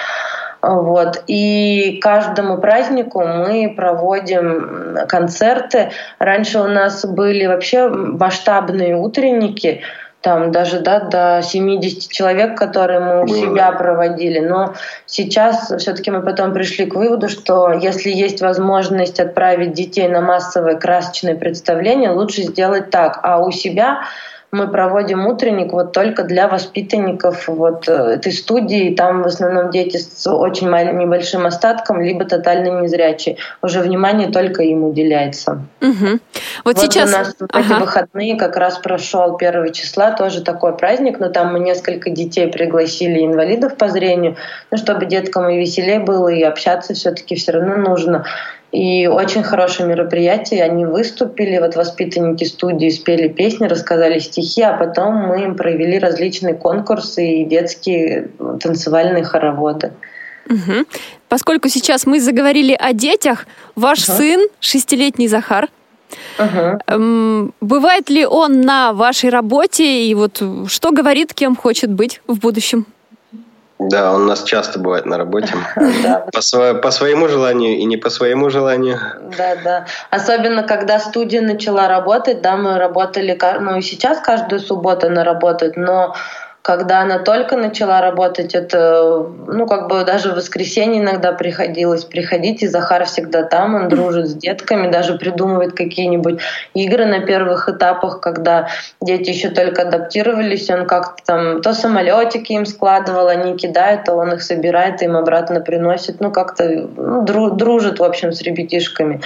И каждому празднику мы проводим концерты. Раньше у нас были вообще масштабные утренники, там даже до 70 человек, которые мы у себя проводили. Но сейчас все-таки мы потом пришли к выводу, что если есть возможность отправить детей на массовое красочное представление, лучше сделать так. А у себя мы проводим утренник только для воспитанников этой студии. Там в основном дети с очень небольшим остатком, либо тотально незрячие. Уже внимание только им уделяется. Сейчас у нас эти выходные как раз прошел 1 числа, тоже такой праздник, но там мы несколько детей пригласили, инвалидов по зрению, чтобы деткам и веселее было, и общаться все-таки все равно нужно. И очень хорошее мероприятие. Они выступили, воспитанники студии спели песни, рассказали стихи, а потом мы им провели различные конкурсы и детские танцевальные хороводы. Угу. Поскольку сейчас мы заговорили о детях, ваш сын, 6-летний Захар, бывает ли он на вашей работе и вот что говорит, кем хочет быть в будущем? Да, он у нас часто бывает на работе. По своему желанию и не по своему желанию. Да. Особенно, когда студия начала работать, да, мы работали, ну и сейчас каждую субботу она работает, но когда она только начала работать, это, ну, как бы даже в воскресенье иногда приходилось приходить, и Захар всегда там, он дружит с детками, даже придумывает какие-нибудь игры на первых этапах, когда дети еще только адаптировались, он как-то там то самолетики им складывал, они кидают, то он их собирает, им обратно приносит, ну, как-то дружит, в общем, с ребятишками.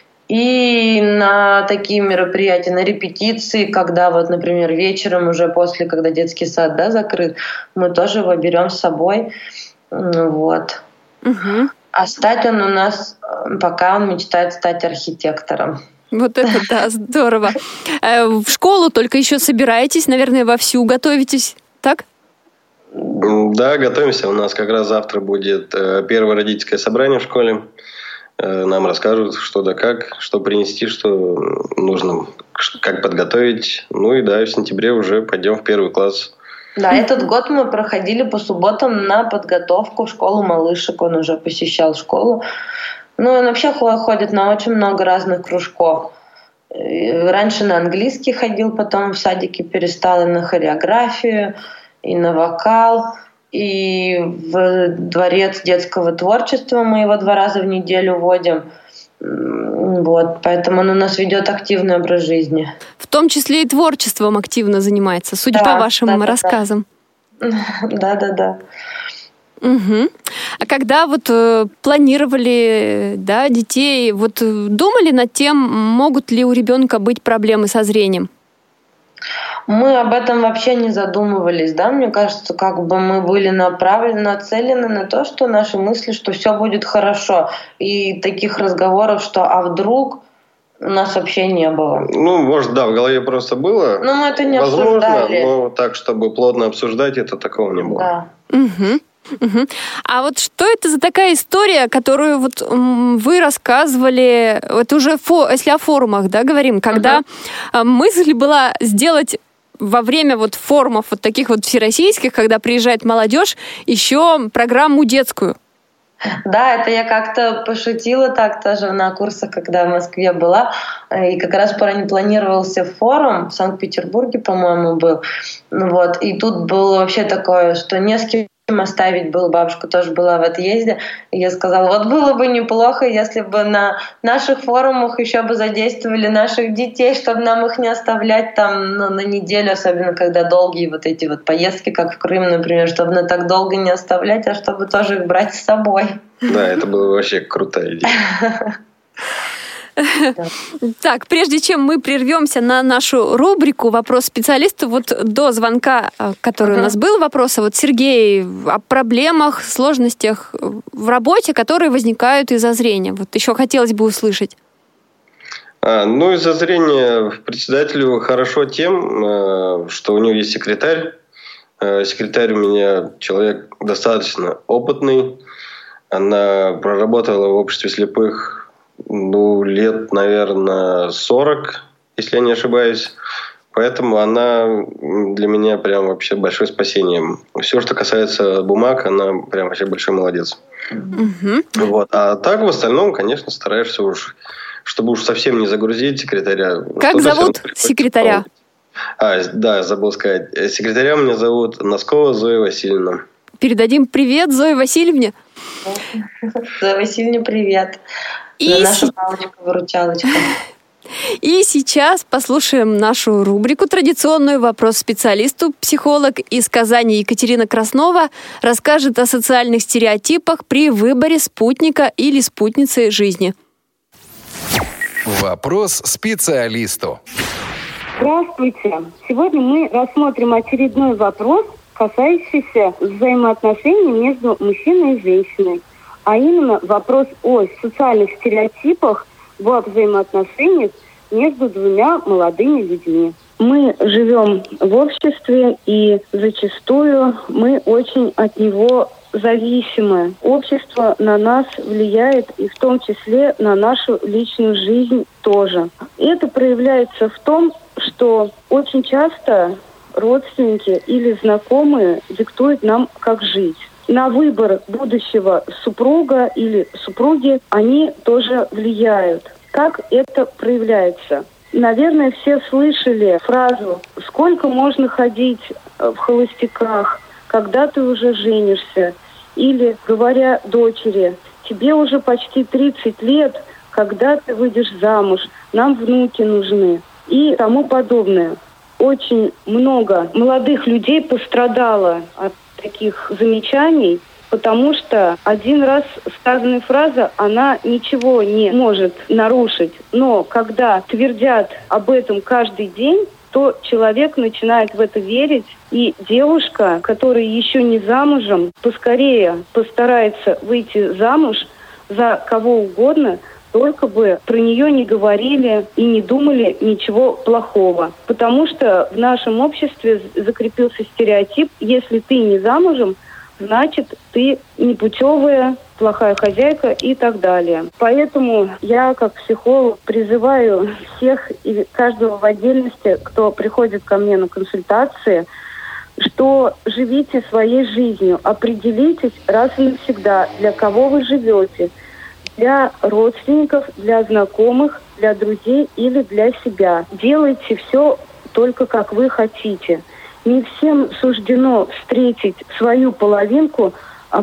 И на такие мероприятия, на репетиции, когда вот, например, вечером уже после, когда детский сад, да, закрыт, мы тоже его берем с собой. Вот. А стать он у нас, пока он мечтает стать архитектором. Вот это да, здорово. В школу только еще собираетесь, наверное, вовсю готовитесь, так? Да, готовимся. У нас как раз завтра будет первое родительское собрание в школе. Нам расскажут, что да как, что принести, что нужно, как подготовить. Ну и да, в сентябре уже пойдем в 1 класс. Да, этот год мы проходили по субботам на подготовку в школу малышек. Он уже посещал школу. Ну, он вообще ходит на очень много разных кружков. Раньше на английский ходил, потом в садике перестал, и на хореографию, и на вокал. И в дворец детского творчества мы его 2 раза в неделю водим. Вот, поэтому он у нас ведет активный образ жизни. В том числе и творчеством активно занимается, судя по вашим рассказам. Да. Угу. А когда вот планировали, да, детей, вот думали над тем, могут ли у ребенка быть проблемы со зрением? Мы об этом вообще не задумывались, да, мне кажется, как бы мы были нацелены на то, что наши мысли, что все будет хорошо. И таких разговоров, что а вдруг, у нас вообще не было. Ну, может, да, в голове просто было. Но мы это не возможно, обсуждали. Но так, чтобы плотно обсуждать, это такого не было. Да. Угу. А вот что это за такая история, которую вот вы рассказывали, это уже если о форумах, да, говорим, когда мысль была сделать во время вот форумов вот таких вот всероссийских, когда приезжает молодежь, еще программу детскую. Да, это я как-то пошутила так тоже на курсах, когда в Москве была, и как раз планировался форум в Санкт-Петербурге, по-моему, был. Вот, и тут было вообще такое, что не с кем оставить было, бабушка тоже была в отъезде, и я сказала, вот было бы неплохо, если бы на наших форумах еще бы задействовали наших детей, чтобы нам их не оставлять там на неделю, особенно когда долгие вот эти вот поездки, как в Крым, например, чтобы на так долго не оставлять, а чтобы тоже их брать с собой. Да, это была вообще крутая идея. Так, прежде чем мы прервемся на нашу рубрику «Вопрос специалисту», вот до звонка, который у нас был, вопроса, вот Сергей, о проблемах, сложностях в работе, которые возникают из-за зрения. Вот еще хотелось бы услышать. Ну, из-за зрения председателю хорошо тем, что у него есть секретарь. Секретарь у меня человек достаточно опытный. Она проработала в обществе слепых лет, наверное, 40, если я не ошибаюсь. Поэтому она для меня прям вообще большое спасение. Все, что касается бумаг, она прям вообще большой молодец. Вот. А так в остальном, конечно, стараешься чтобы совсем не загрузить секретаря. Как зовут секретаря? Да, забыл сказать. Секретаря меня зовут Носкова Зоя Васильевна. Передадим привет Зое Васильевне. Зоя Васильевне привет. Наша палочка-выручалочка. И сейчас послушаем нашу рубрику традиционную «Вопрос специалисту». Психолог из Казани Екатерина Краснова расскажет о социальных стереотипах при выборе спутника или спутницы жизни. Вопрос специалисту. Здравствуйте. Сегодня мы рассмотрим очередной вопрос, касающийся взаимоотношений между мужчиной и женщиной. А именно вопрос о социальных стереотипах во взаимоотношениях между 2 молодыми людьми. Мы живем в обществе, и зачастую мы очень от него зависимы. Общество на нас влияет, и в том числе на нашу личную жизнь тоже. Это проявляется в том, что очень часто родственники или знакомые диктуют нам, как жить. На выбор будущего супруга или супруги они тоже влияют. Как это проявляется? Наверное, все слышали фразу «Сколько можно ходить в холостяках, когда ты уже женишься?» Или, говоря дочери, «Тебе уже почти 30 лет, когда ты выйдешь замуж, нам внуки нужны» и тому подобное. Очень много молодых людей пострадало от таких замечаний, потому что один раз сказанная фраза, она ничего не может нарушить. Но когда твердят об этом каждый день, то человек начинает в это верить, и девушка, которая еще не замужем, поскорее постарается выйти замуж за кого угодно, только бы про нее не говорили и не думали ничего плохого. Потому что в нашем обществе закрепился стереотип, если ты не замужем, значит, ты непутевая, плохая хозяйка и так далее. Поэтому я, как психолог, призываю всех и каждого в отдельности, кто приходит ко мне на консультации, что живите своей жизнью, определитесь раз и навсегда, для кого вы живете, для родственников, для знакомых, для друзей или для себя. Делайте все только как вы хотите. Не всем суждено встретить свою половинку в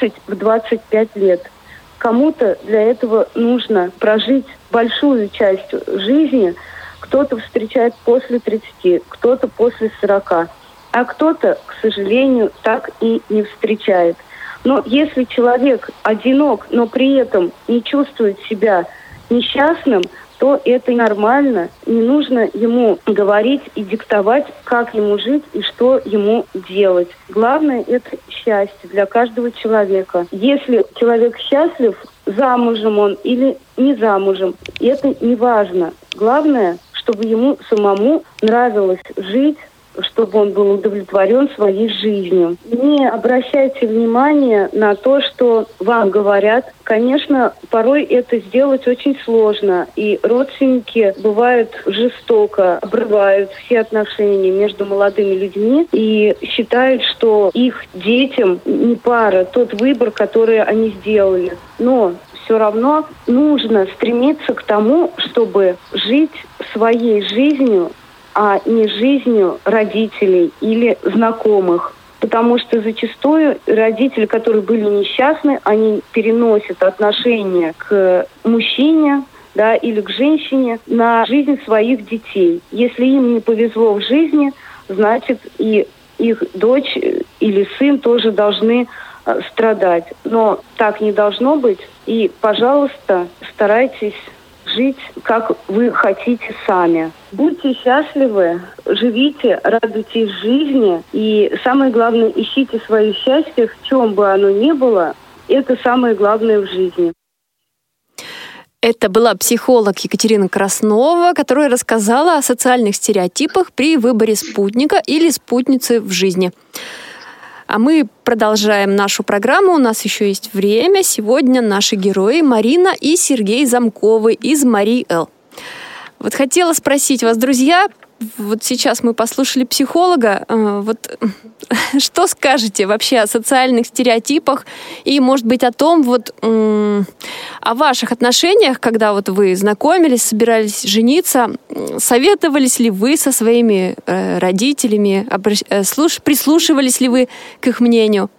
20-25 лет. Кому-то для этого нужно прожить большую часть жизни. Кто-то встречает после 30, кто-то после 40, а кто-то, к сожалению, так и не встречает. Но если человек одинок, но при этом не чувствует себя несчастным, то это нормально. Не нужно ему говорить и диктовать, как ему жить и что ему делать. Главное – это счастье для каждого человека. Если человек счастлив, замужем он или не замужем, это не важно. Главное, чтобы ему самому нравилось жить, чтобы он был удовлетворен своей жизнью. Не обращайте внимания на то, что вам говорят. Конечно, порой это сделать очень сложно, и родственники бывают жестоко обрывают все отношения между молодыми людьми и считают, что их детям не пара, тот выбор, который они сделали. Но все равно нужно стремиться к тому, чтобы жить своей жизнью, а не жизнью родителей или знакомых. Потому что зачастую родители, которые были несчастны, они переносят отношение к мужчине, да, или к женщине на жизнь своих детей. Если им не повезло в жизни, значит и их дочь или сын тоже должны страдать. Но так не должно быть. И, пожалуйста, старайтесь жить, как вы хотите сами. Будьте счастливы, живите, радуйтесь жизни. И самое главное, ищите свое счастье, в чем бы оно ни было. Это самое главное в жизни. Это была психолог Екатерина Краснова, которая рассказала о социальных стереотипах при выборе спутника или спутницы в жизни. А мы продолжаем нашу программу. У нас еще есть время. Сегодня наши герои Марина и Сергей Замковы из Марии Л. Вот хотела спросить вас, друзья, вот сейчас мы послушали психолога. Вот что скажете вообще о социальных стереотипах и, может быть, о том, вот о ваших отношениях, когда вот вы знакомились, собирались жениться, советовались ли вы со своими родителями, прислушивались ли вы к их мнению?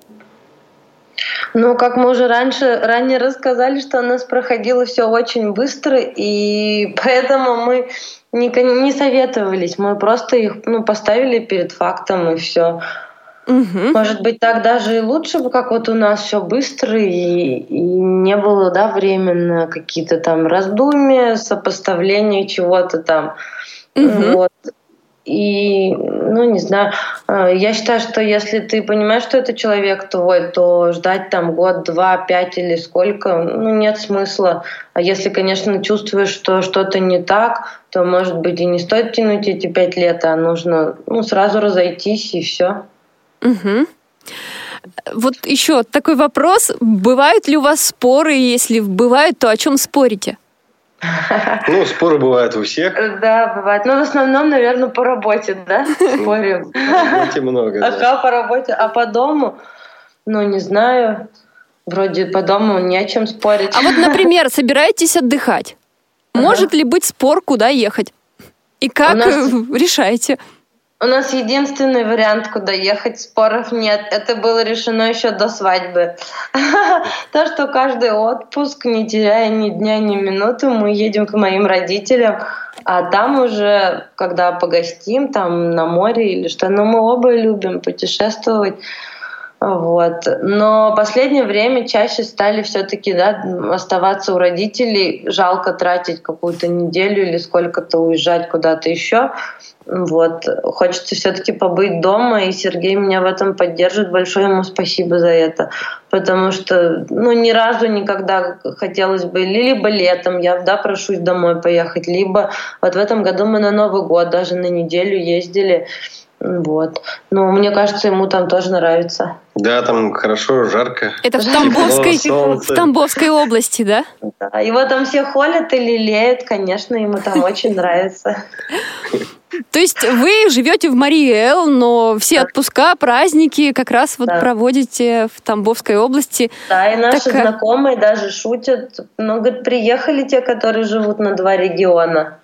Ну, как мы уже ранее рассказали, что у нас проходило все очень быстро, и поэтому мы не советовались, мы просто их поставили перед фактом, и все. Угу. Может быть, так даже и лучше бы, как вот у нас все быстро, и не было, да, временно какие-то там раздумья, сопоставления чего-то там. Угу. Вот. И, не знаю, я считаю, что если ты понимаешь, что это человек твой, то ждать там год, 2, 5 или сколько, нет смысла. А если, конечно, чувствуешь, что что-то не так, то, может быть, и не стоит тянуть эти 5 лет, а нужно сразу разойтись и все. Угу. Вот еще такой вопрос. Бывают ли у вас споры? Если бывают, то о чем спорите? Ну, споры бывают у всех. Да, бывает. Но в основном, наверное, по работе, да, спорим. По работе много, да. Ага, по работе. А по дому, ну, не знаю. Вроде по дому не о чем спорить. А вот, например, собираетесь отдыхать. Может ли быть спор, куда ехать? И как решаете? У нас единственный вариант, куда ехать, споров нет. Это было решено еще до свадьбы. То, что каждый отпуск, не теряя ни дня, ни минуты, мы едем к моим родителям, а там уже, когда погостим, там на море или что, но мы оба любим путешествовать. Вот. Но в последнее время чаще стали все-таки, да, оставаться у родителей. Жалко тратить какую-то неделю или сколько-то уезжать куда-то еще. Вот. Хочется все-таки побыть дома, и Сергей меня в этом поддержит. Большое ему спасибо за это. Потому что ни разу никогда хотелось бы либо летом я прошусь домой поехать, либо вот в этом году мы на Новый год даже на неделю ездили. Вот. Но мне кажется, ему там тоже нравится. Да, там хорошо, жарко. Это в Тамбовской области, да? Да, его там все холят и лелеют, конечно, ему там очень нравится. То есть вы живете в Марий-Эл, но все отпуска, праздники как раз вот проводите в Тамбовской области. Да, и наши знакомые даже шутят. Ну, говорят, приехали те, которые живут на 2 региона.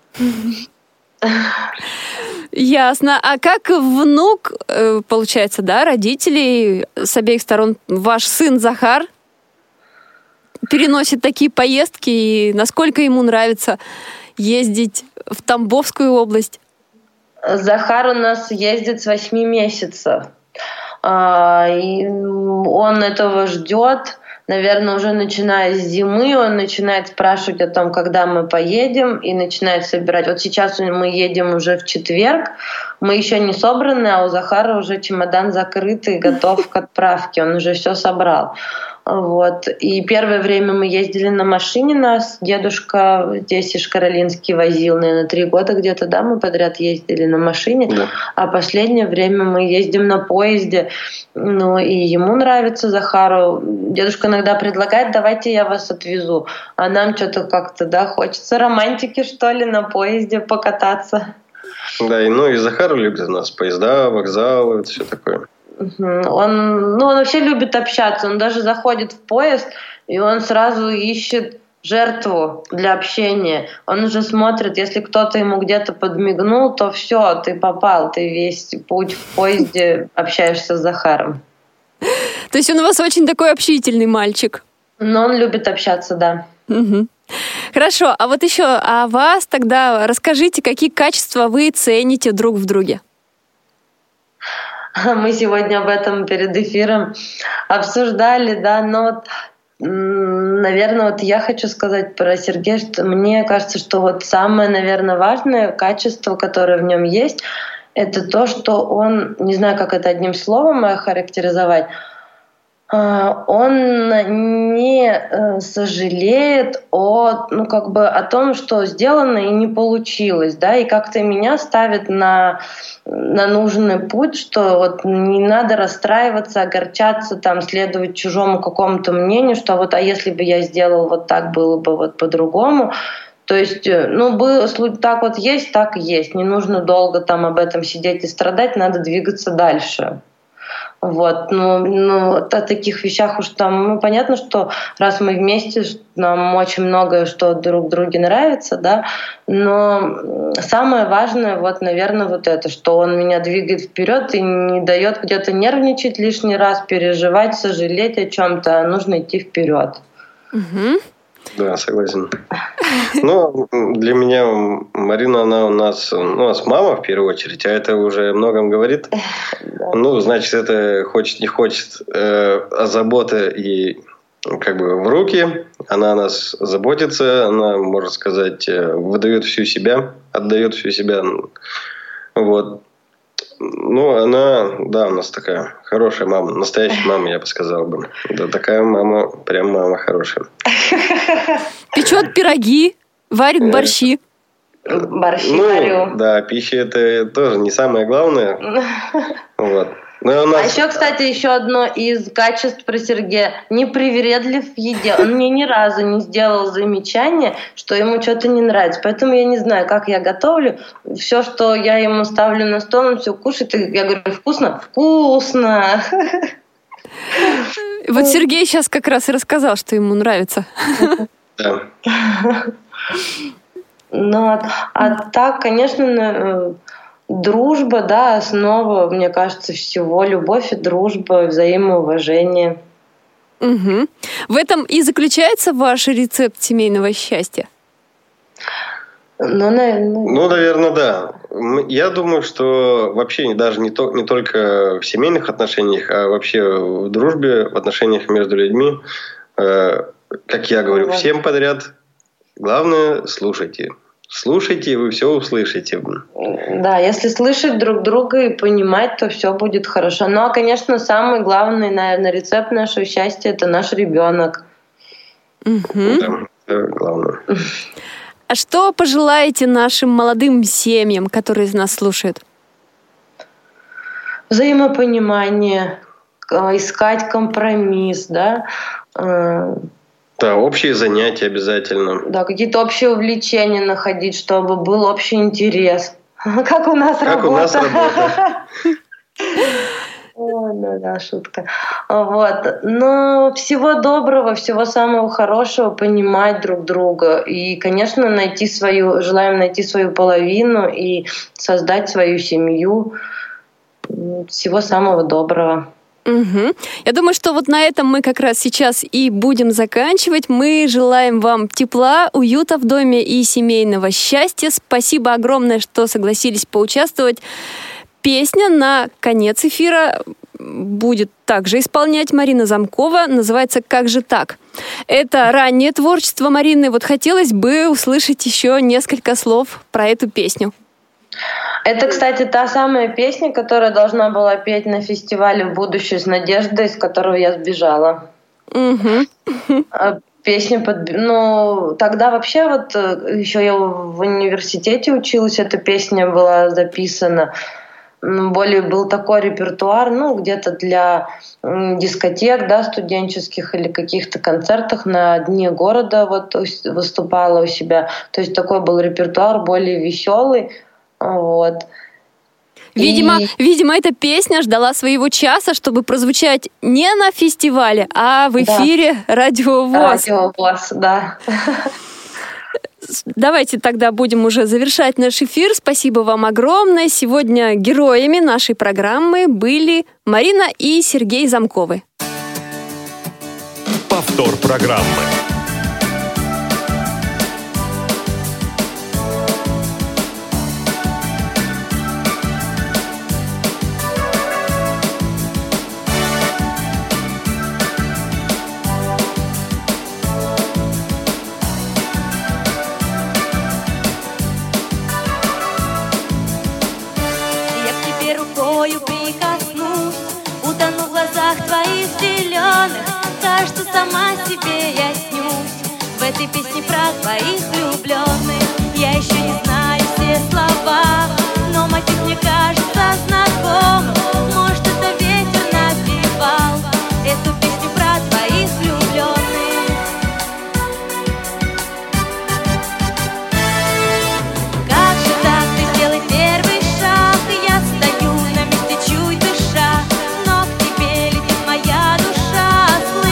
Ясно. А как внук, получается, да, родителей с обеих сторон, ваш сын Захар переносит такие поездки, и насколько ему нравится ездить в Тамбовскую область? Захар у нас ездит с 8 месяцев. И он этого ждет. Наверное, уже начиная с зимы он начинает спрашивать о том, когда мы поедем, и начинает собирать. Вот сейчас мы едем уже в четверг, мы еще не собраны, а у Захара уже чемодан закрытый, готов к отправке, он уже все собрал. Вот. И первое время мы ездили на машине, нас дедушка здесь из Шкаролинский возил, наверное, 3 года где-то, да, мы подряд ездили на машине, да. А последнее время мы ездим на поезде, ну и ему нравится, Захару. Дедушка иногда предлагает, давайте я вас отвезу, а нам что-то как-то, да, хочется романтики, что ли, на поезде покататься. Да, и Захар любит у нас поезда, вокзалы, все такое. Он вообще любит общаться, он даже заходит в поезд, и он сразу ищет жертву для общения. Он уже смотрит, если кто-то ему где-то подмигнул, то все, ты попал, ты весь путь в поезде общаешься с Захаром. То есть он у вас очень такой общительный мальчик? Но он любит общаться, да. Угу. Хорошо, а вот еще о вас тогда расскажите, какие качества вы цените друг в друге? Мы сегодня об этом перед эфиром обсуждали, да, но наверное, я хочу сказать про Сергея, что мне кажется, что самое, наверное, важное качество, которое в нем есть, это то, что он, не знаю, как это одним словом охарактеризовать, он не сожалеет о том, что сделано и не получилось, да, и как-то меня ставит на нужный путь, что не надо расстраиваться, огорчаться, следовать чужому какому-то мнению, что а если бы я сделал так, было бы по-другому. То есть, так есть, так и есть. Не нужно долго об этом сидеть и страдать, надо двигаться дальше. Вот, о таких вещах уж понятно, что раз мы вместе, нам очень многое, что друг друге нравится, да, но самое важное, наверное, это, что он меня двигает вперед и не дает где-то нервничать лишний раз, переживать, сожалеть о чем-то, а нужно идти вперед. Угу. Да, согласен. Для меня Марина, она у нас мама в первую очередь, а это уже о многом говорит. Значит, это хочет не хочет, а забота и в руки. Она о нас заботится, она, можно сказать, выдает всю себя, отдает всю себя. Вот. Она, да, у нас такая хорошая мама, настоящая мама, я бы сказал бы. Да, такая мама, прям мама хорошая. Печет пироги, варит борщи. Борщи варю. Да, пища это тоже не самое главное. Вот. А еще, кстати, еще одно из качеств про Сергея. Не привередлив в еде. Он мне ни разу не сделал замечания, что ему что-то не нравится. Поэтому я не знаю, как я готовлю. Все, что я ему ставлю на стол, он все кушает. И я говорю, вкусно? Вкусно! Вот Сергей сейчас как раз и рассказал, что ему нравится. Да. Ну, а так, конечно, дружба, да, основа, мне кажется, всего. Любовь и дружба, взаимоуважение. Угу. В этом и заключается ваш рецепт семейного счастья? Ну, наверное, да. Я думаю, что вообще даже не только в семейных отношениях, а вообще в дружбе, в отношениях между людьми, как я говорю всем подряд, главное, слушайте. Слушайте, и вы все услышите. Да, если слышать друг друга и понимать, то все будет хорошо. Ну, а, конечно, самый главный, наверное, рецепт нашего счастья – это наш ребенок. Угу. Да, это главное. А что пожелаете нашим молодым семьям, которые нас слушают? Взаимопонимание, искать компромисс, да. Да, общие занятия обязательно. Да, какие-то общие увлечения находить, чтобы был общий интерес. Как у нас работа. Как у нас работа. Ой, да, шутка. Вот. Но всего доброго, всего самого хорошего, понимать друг друга. И, конечно, желаем найти свою половину и создать свою семью. Всего самого доброго. Угу. Я думаю, что вот на этом мы как раз сейчас и будем заканчивать. Мы желаем вам тепла, уюта в доме и семейного счастья. Спасибо огромное, что согласились поучаствовать. Песня на конец эфира будет также исполнять Марина Замкова. Называется «Как же так?». Это раннее творчество Марины. Вот хотелось бы услышать еще несколько слов про эту песню. Это, кстати, та самая песня, которая должна была петь на фестивале «В будущее с надеждой», из которого я сбежала. Угу. Песня тогда вообще вот еще я в университете училась, эта песня была записана. Более был такой репертуар, где-то для дискотек, да, студенческих или каких-то концертах на дне города вот выступала у себя. То есть такой был репертуар более веселый. Вот. Видимо, эта песня ждала своего часа, чтобы прозвучать не на фестивале, а в эфире Радио ВОС. Радио ВОС, да. Давайте тогда будем уже завершать наш эфир. Спасибо вам огромное. Сегодня героями нашей программы были Марина и Сергей Замковы. Повтор программы. Кажется, сама себе я снюсь в этой песне про твоих влюбленных. Я еще не знаю все слова, но мотив мне кажется знакомым. Может, это ветер напевал эту песню про твоих влюбленных. Как же так, ты сделай первый шаг, и я стою на месте, чуть дыша, но к тебе летит моя душа.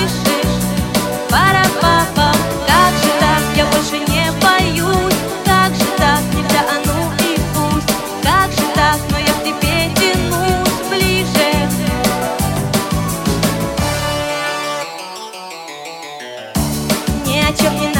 Пара-па-пам, как же так, я больше не боюсь. Как же так, нельзя, а ну и пусть. Как же так, но я к тебе тянусь ближе. Ни о чем не надо.